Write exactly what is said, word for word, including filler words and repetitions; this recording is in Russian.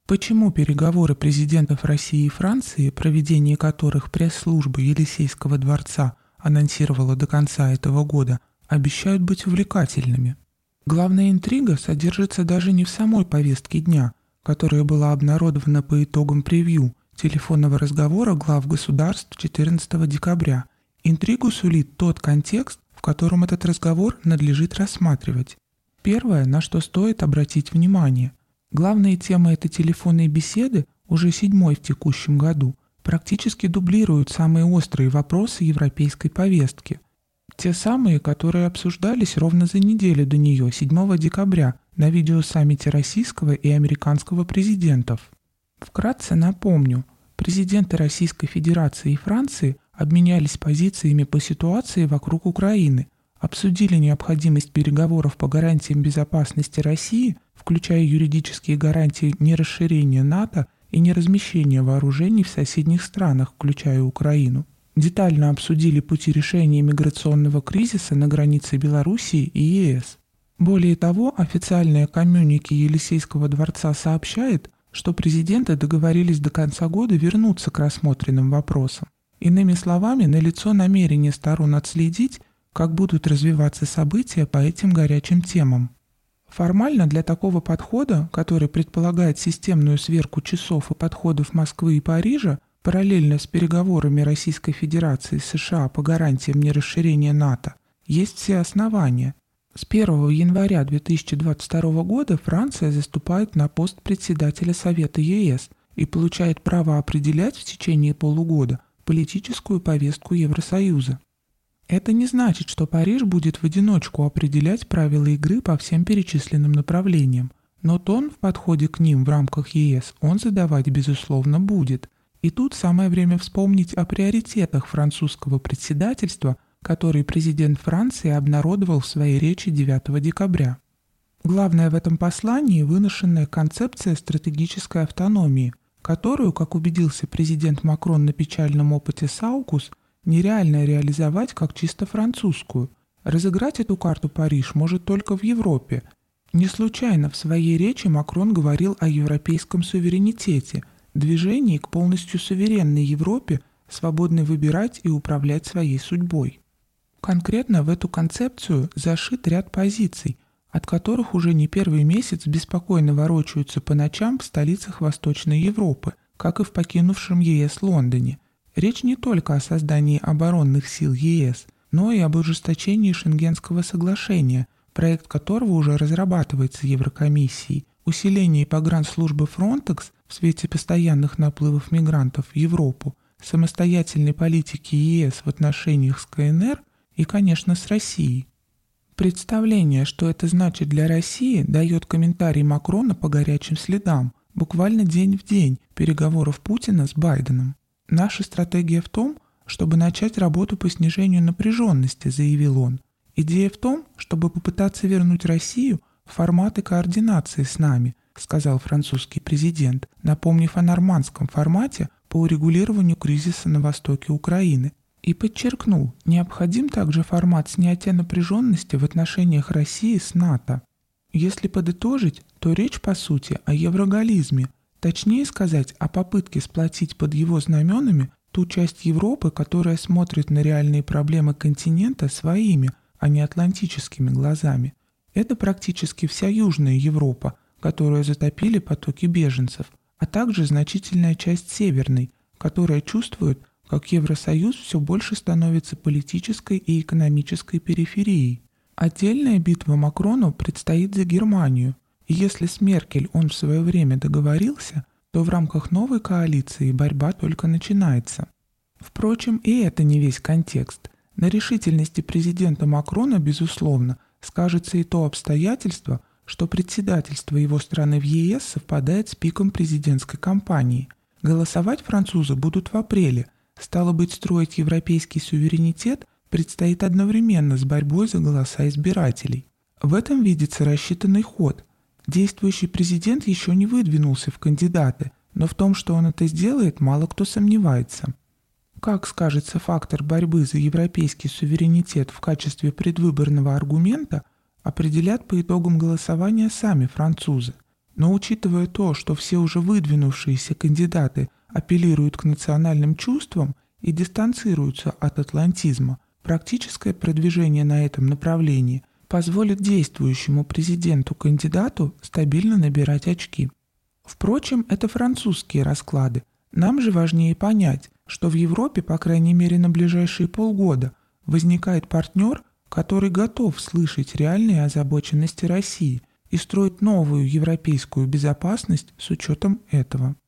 Почему переговоры президентов России и Франции, проведение которых пресс-служба Елисейского дворца анонсировала до конца этого года, обещают быть увлекательными? Главная интрига содержится даже не в самой повестке дня, которая была обнародована по итогам превью телефонного разговора глав государств четырнадцатого декабря. Интригу сулит тот контекст, в котором этот разговор надлежит рассматривать. Первое, на что стоит обратить внимание. Главные темы этой телефонной беседы, уже седьмой в текущем году, практически дублируют самые острые вопросы европейской повестки. Те самые, которые обсуждались ровно за неделю до нее, седьмого декабря, на видеосаммите российского и американского президентов. Вкратце напомню, президенты Российской Федерации и Франции обменялись позициями по ситуации вокруг Украины, обсудили необходимость переговоров по гарантиям безопасности России, включая юридические гарантии нерасширения НАТО и неразмещения вооружений в соседних странах, включая Украину. Детально обсудили пути решения миграционного кризиса на границе Белоруссии и ЕС. Более того, официальное коммюнике Елисейского дворца сообщает, что президенты договорились до конца года вернуться к рассмотренным вопросам. Иными словами, налицо намерение сторон отследить, как будут развиваться события по этим горячим темам. Формально для такого подхода, который предполагает системную сверку часов и подходов Москвы и Парижа, параллельно с переговорами Российской Федерации с США по гарантиям нерасширения НАТО, есть все основания. С первого января две тысячи двадцать второго года Франция заступает на пост председателя Совета ЕС и получает право определять в течение полугода политическую повестку Евросоюза. Это не значит, что Париж будет в одиночку определять правила игры по всем перечисленным направлениям, но тон в подходе к ним в рамках ЕС он задавать, безусловно, будет. И тут самое время вспомнить о приоритетах французского председательства, который президент Франции обнародовал в своей речи девятого декабря. Главное в этом послании – выношенная концепция стратегической автономии, которую, как убедился президент Макрон на печальном опыте Саукус, нереально реализовать как чисто французскую. Разыграть эту карту Париж может только в Европе. Не случайно в своей речи Макрон говорил о европейском суверенитете, движении к полностью суверенной Европе, свободной выбирать и управлять своей судьбой. Конкретно в эту концепцию зашит ряд позиций, от которых уже не первый месяц беспокойно ворочаются по ночам в столицах Восточной Европы, как и в покинувшем ЕС Лондоне. Речь не только о создании оборонных сил ЕС, но и об ужесточении Шенгенского соглашения, проект которого уже разрабатывается Еврокомиссией, усилении погранслужбы Frontex в свете постоянных наплывов мигрантов в Европу, самостоятельной политики ЕС в отношениях с КНР и, конечно, с Россией. Представление, что это значит для России, дает комментарий Макрона по горячим следам, буквально день в день переговоров Путина с Байденом. «Наша стратегия в том, чтобы начать работу по снижению напряженности», — заявил он. «Идея в том, чтобы попытаться вернуть Россию в форматы координации с нами», — сказал французский президент, напомнив о нормандском формате по урегулированию кризиса на востоке Украины. И подчеркнул, необходим также формат снятия напряженности в отношениях России с НАТО. Если подытожить, то речь по сути о евроголизме, точнее сказать, о попытке сплотить под его знаменами ту часть Европы, которая смотрит на реальные проблемы континента своими, а не атлантическими глазами. Это практически вся Южная Европа, которую затопили потоки беженцев, а также значительная часть Северной, которая чувствует, как Евросоюз все больше становится политической и экономической периферией. Отдельная битва Макрону предстоит за Германию, и если с Меркель он в свое время договорился, то в рамках новой коалиции борьба только начинается. Впрочем, и это не весь контекст. На решительности президента Макрона, безусловно, скажется и то обстоятельство, что председательство его страны в ЕС совпадает с пиком президентской кампании. Голосовать французы будут в апреле. Стало быть, строить европейский суверенитет предстоит одновременно с борьбой за голоса избирателей. В этом видится рассчитанный ход. Действующий президент еще не выдвинулся в кандидаты, но в том, что он это сделает, мало кто сомневается. Как скажется фактор борьбы за европейский суверенитет в качестве предвыборного аргумента, определят по итогам голосования сами французы. Но учитывая то, что все уже выдвинувшиеся кандидаты апеллируют к национальным чувствам и дистанцируются от атлантизма, практическое продвижение на этом направлении позволит действующему президенту-кандидату стабильно набирать очки. Впрочем, это французские расклады. Нам же важнее понять, что в Европе, по крайней мере на ближайшие полгода, возникает партнер, который готов слышать реальные озабоченности России и строить новую европейскую безопасность с учетом этого.